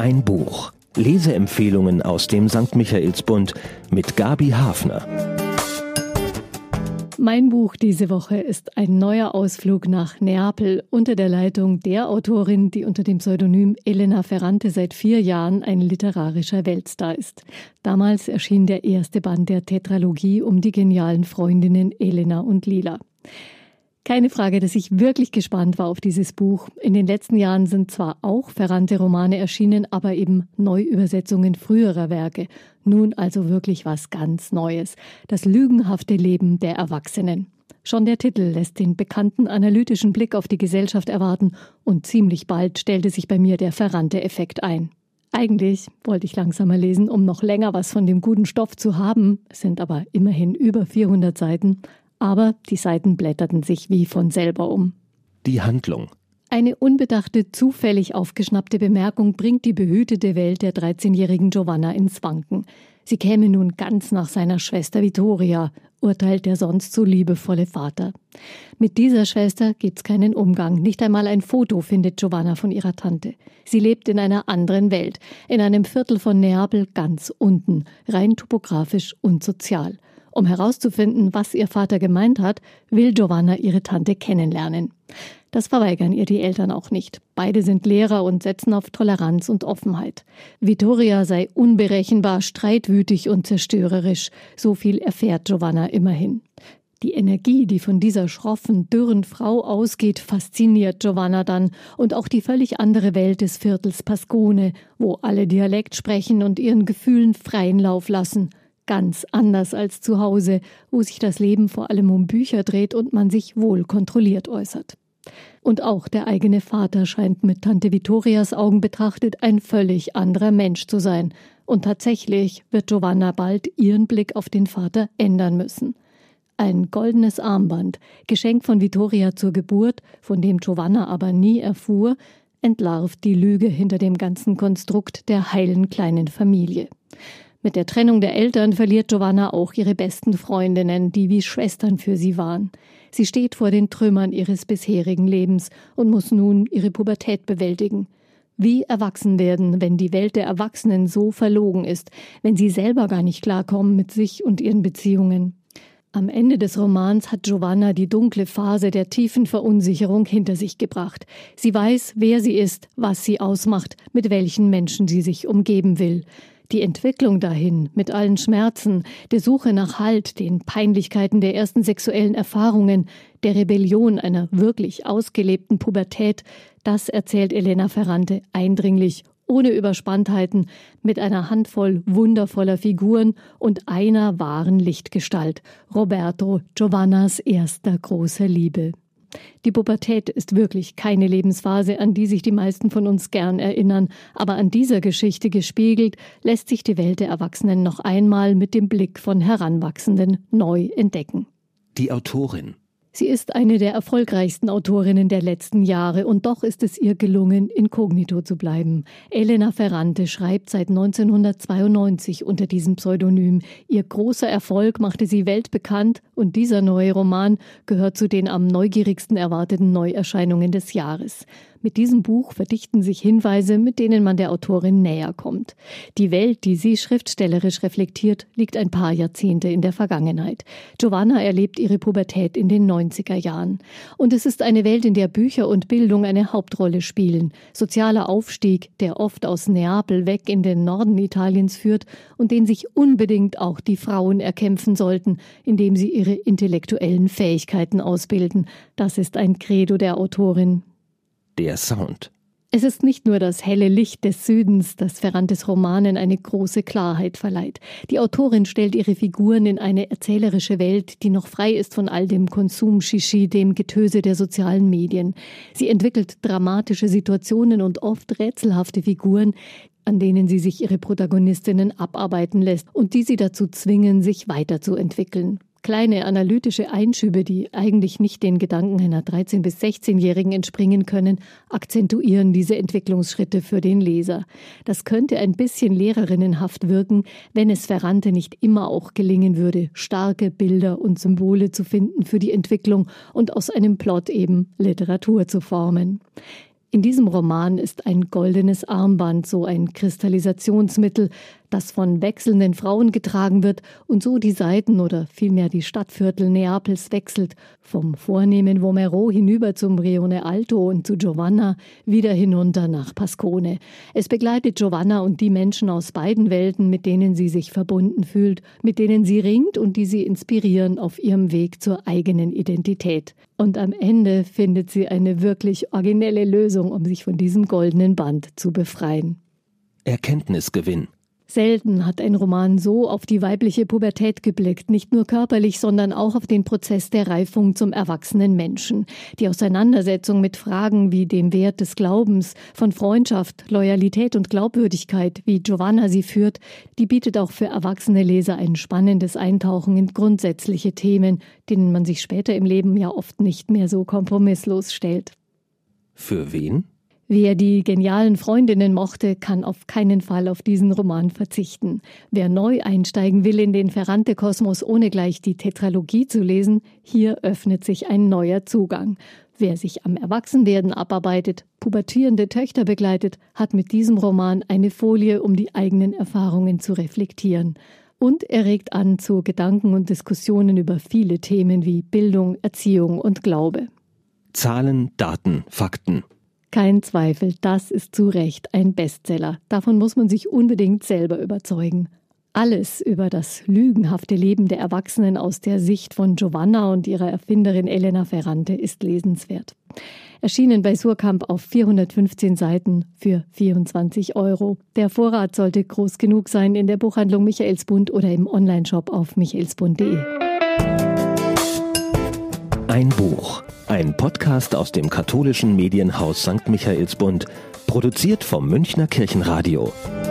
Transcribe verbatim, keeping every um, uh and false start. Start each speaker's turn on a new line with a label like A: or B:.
A: Ein Buch. Leseempfehlungen aus dem Sankt Michaelsbund mit Gabi Hafner.
B: Mein Buch diese Woche ist ein neuer Ausflug nach Neapel unter der Leitung der Autorin, die unter dem Pseudonym Elena Ferrante seit vier Jahren ein literarischer Weltstar ist. Damals erschien der erste Band der Tetralogie um die genialen Freundinnen Elena und Lila. Keine Frage, dass ich wirklich gespannt war auf dieses Buch. In den letzten Jahren sind zwar auch Ferrante-Romane erschienen, aber eben Neuübersetzungen früherer Werke. Nun also wirklich was ganz Neues. Das lügenhafte Leben der Erwachsenen. Schon der Titel lässt den bekannten analytischen Blick auf die Gesellschaft erwarten und ziemlich bald stellte sich bei mir der Ferrante-Effekt ein. Eigentlich wollte ich langsamer lesen, um noch länger was von dem guten Stoff zu haben. Es sind aber immerhin über vierhundert Seiten. Aber die Seiten blätterten sich wie von selber um.
A: Die Handlung.
B: Eine unbedachte, zufällig aufgeschnappte Bemerkung bringt die behütete Welt der dreizehnjährigen Giovanna ins Wanken. Sie käme nun ganz nach seiner Schwester Vittoria, urteilt der sonst so liebevolle Vater. Mit dieser Schwester gibt's keinen Umgang. Nicht einmal ein Foto findet Giovanna von ihrer Tante. Sie lebt in einer anderen Welt, in einem Viertel von Neapel ganz unten, rein topografisch und sozial. Um herauszufinden, was ihr Vater gemeint hat, will Giovanna ihre Tante kennenlernen. Das verweigern ihr die Eltern auch nicht. Beide sind Lehrer und setzen auf Toleranz und Offenheit. Vittoria sei unberechenbar, streitwütig und zerstörerisch. So viel erfährt Giovanna immerhin. Die Energie, die von dieser schroffen, dürren Frau ausgeht, fasziniert Giovanna dann. Und auch die völlig andere Welt des Viertels Pascone, wo alle Dialekt sprechen und ihren Gefühlen freien Lauf lassen. Ganz anders als zu Hause, wo sich das Leben vor allem um Bücher dreht und man sich wohl kontrolliert äußert. Und auch der eigene Vater scheint mit Tante Vittorias Augen betrachtet ein völlig anderer Mensch zu sein. Und tatsächlich wird Giovanna bald ihren Blick auf den Vater ändern müssen. Ein goldenes Armband, Geschenk von Vittoria zur Geburt, von dem Giovanna aber nie erfuhr, entlarvt die Lüge hinter dem ganzen Konstrukt der heilen kleinen Familie. Mit der Trennung der Eltern verliert Giovanna auch ihre besten Freundinnen, die wie Schwestern für sie waren. Sie steht vor den Trümmern ihres bisherigen Lebens und muss nun ihre Pubertät bewältigen. Wie erwachsen werden, wenn die Welt der Erwachsenen so verlogen ist, wenn sie selber gar nicht klarkommen mit sich und ihren Beziehungen? Am Ende des Romans hat Giovanna die dunkle Phase der tiefen Verunsicherung hinter sich gebracht. Sie weiß, wer sie ist, was sie ausmacht, mit welchen Menschen sie sich umgeben will. Die Entwicklung dahin, mit allen Schmerzen, der Suche nach Halt, den Peinlichkeiten der ersten sexuellen Erfahrungen, der Rebellion einer wirklich ausgelebten Pubertät, das erzählt Elena Ferrante eindringlich, ohne Überspanntheiten, mit einer Handvoll wundervoller Figuren und einer wahren Lichtgestalt, Roberto, Giovannas erster großer Liebe. Die Pubertät ist wirklich keine Lebensphase, an die sich die meisten von uns gern erinnern. Aber an dieser Geschichte gespiegelt, lässt sich die Welt der Erwachsenen noch einmal mit dem Blick von Heranwachsenden neu entdecken.
A: Die Autorin.
B: Sie ist eine der erfolgreichsten Autorinnen der letzten Jahre und doch ist es ihr gelungen, inkognito zu bleiben. Elena Ferrante schreibt seit neunzehnhundertzweiundneunzig unter diesem Pseudonym. Ihr großer Erfolg machte sie weltbekannt und dieser neue Roman gehört zu den am neugierigsten erwarteten Neuerscheinungen des Jahres. Mit diesem Buch verdichten sich Hinweise, mit denen man der Autorin näher kommt. Die Welt, die sie schriftstellerisch reflektiert, liegt ein paar Jahrzehnte in der Vergangenheit. Giovanna erlebt ihre Pubertät in den neunziger Jahren. Und es ist eine Welt, in der Bücher und Bildung eine Hauptrolle spielen. Sozialer Aufstieg, der oft aus Neapel weg in den Norden Italiens führt und den sich unbedingt auch die Frauen erkämpfen sollten, indem sie ihre intellektuellen Fähigkeiten ausbilden. Das ist ein Credo der Autorin.
A: Der Sound.
B: Es ist nicht nur das helle Licht des Südens, das Ferrantes Romanen eine große Klarheit verleiht. Die Autorin stellt ihre Figuren in eine erzählerische Welt, die noch frei ist von all dem Konsum-Shishi, dem Getöse der sozialen Medien. Sie entwickelt dramatische Situationen und oft rätselhafte Figuren, an denen sie sich ihre Protagonistinnen abarbeiten lässt und die sie dazu zwingen, sich weiterzuentwickeln. Kleine analytische Einschübe, die eigentlich nicht den Gedanken einer dreizehn- bis sechzehnjährigen entspringen können, akzentuieren diese Entwicklungsschritte für den Leser. Das könnte ein bisschen lehrerinnenhaft wirken, wenn es Ferrante nicht immer auch gelingen würde, starke Bilder und Symbole zu finden für die Entwicklung und aus einem Plot eben Literatur zu formen. In diesem Roman ist ein goldenes Armband so ein Kristallisationsmittel, das von wechselnden Frauen getragen wird und so die Seiten oder vielmehr die Stadtviertel Neapels wechselt, vom vornehmen Vomero hinüber zum Rione Alto und zu Giovanna, wieder hinunter nach Pascone. Es begleitet Giovanna und die Menschen aus beiden Welten, mit denen sie sich verbunden fühlt, mit denen sie ringt und die sie inspirieren auf ihrem Weg zur eigenen Identität. Und am Ende findet sie eine wirklich originelle Lösung, um sich von diesem goldenen Band zu befreien.
A: Erkenntnisgewinn.
B: Selten hat ein Roman so auf die weibliche Pubertät geblickt, nicht nur körperlich, sondern auch auf den Prozess der Reifung zum erwachsenen Menschen. Die Auseinandersetzung mit Fragen wie dem Wert des Glaubens, von Freundschaft, Loyalität und Glaubwürdigkeit, wie Giovanna sie führt, die bietet auch für erwachsene Leser ein spannendes Eintauchen in grundsätzliche Themen, denen man sich später im Leben ja oft nicht mehr so kompromisslos stellt.
A: Für wen?
B: Wer die genialen Freundinnen mochte, kann auf keinen Fall auf diesen Roman verzichten. Wer neu einsteigen will in den Ferrante-Kosmos, ohne gleich die Tetralogie zu lesen, hier öffnet sich ein neuer Zugang. Wer sich am Erwachsenwerden abarbeitet, pubertierende Töchter begleitet, hat mit diesem Roman eine Folie, um die eigenen Erfahrungen zu reflektieren. Und er regt an zu Gedanken und Diskussionen über viele Themen wie Bildung, Erziehung und Glaube.
A: Zahlen, Daten, Fakten.
B: Kein Zweifel, das ist zu Recht ein Bestseller. Davon muss man sich unbedingt selber überzeugen. Alles über das lügenhafte Leben der Erwachsenen aus der Sicht von Giovanna und ihrer Erfinderin Elena Ferrante ist lesenswert. Erschienen bei Suhrkamp auf vierhundertfünfzehn Seiten für vierundzwanzig Euro. Der Vorrat sollte groß genug sein in der Buchhandlung Michaelsbund oder im Onlineshop auf michaelsbund punkt de.
A: Ein Buch. Ein Podcast aus dem katholischen Medienhaus Sankt Michaelsbund, produziert vom Münchner Kirchenradio.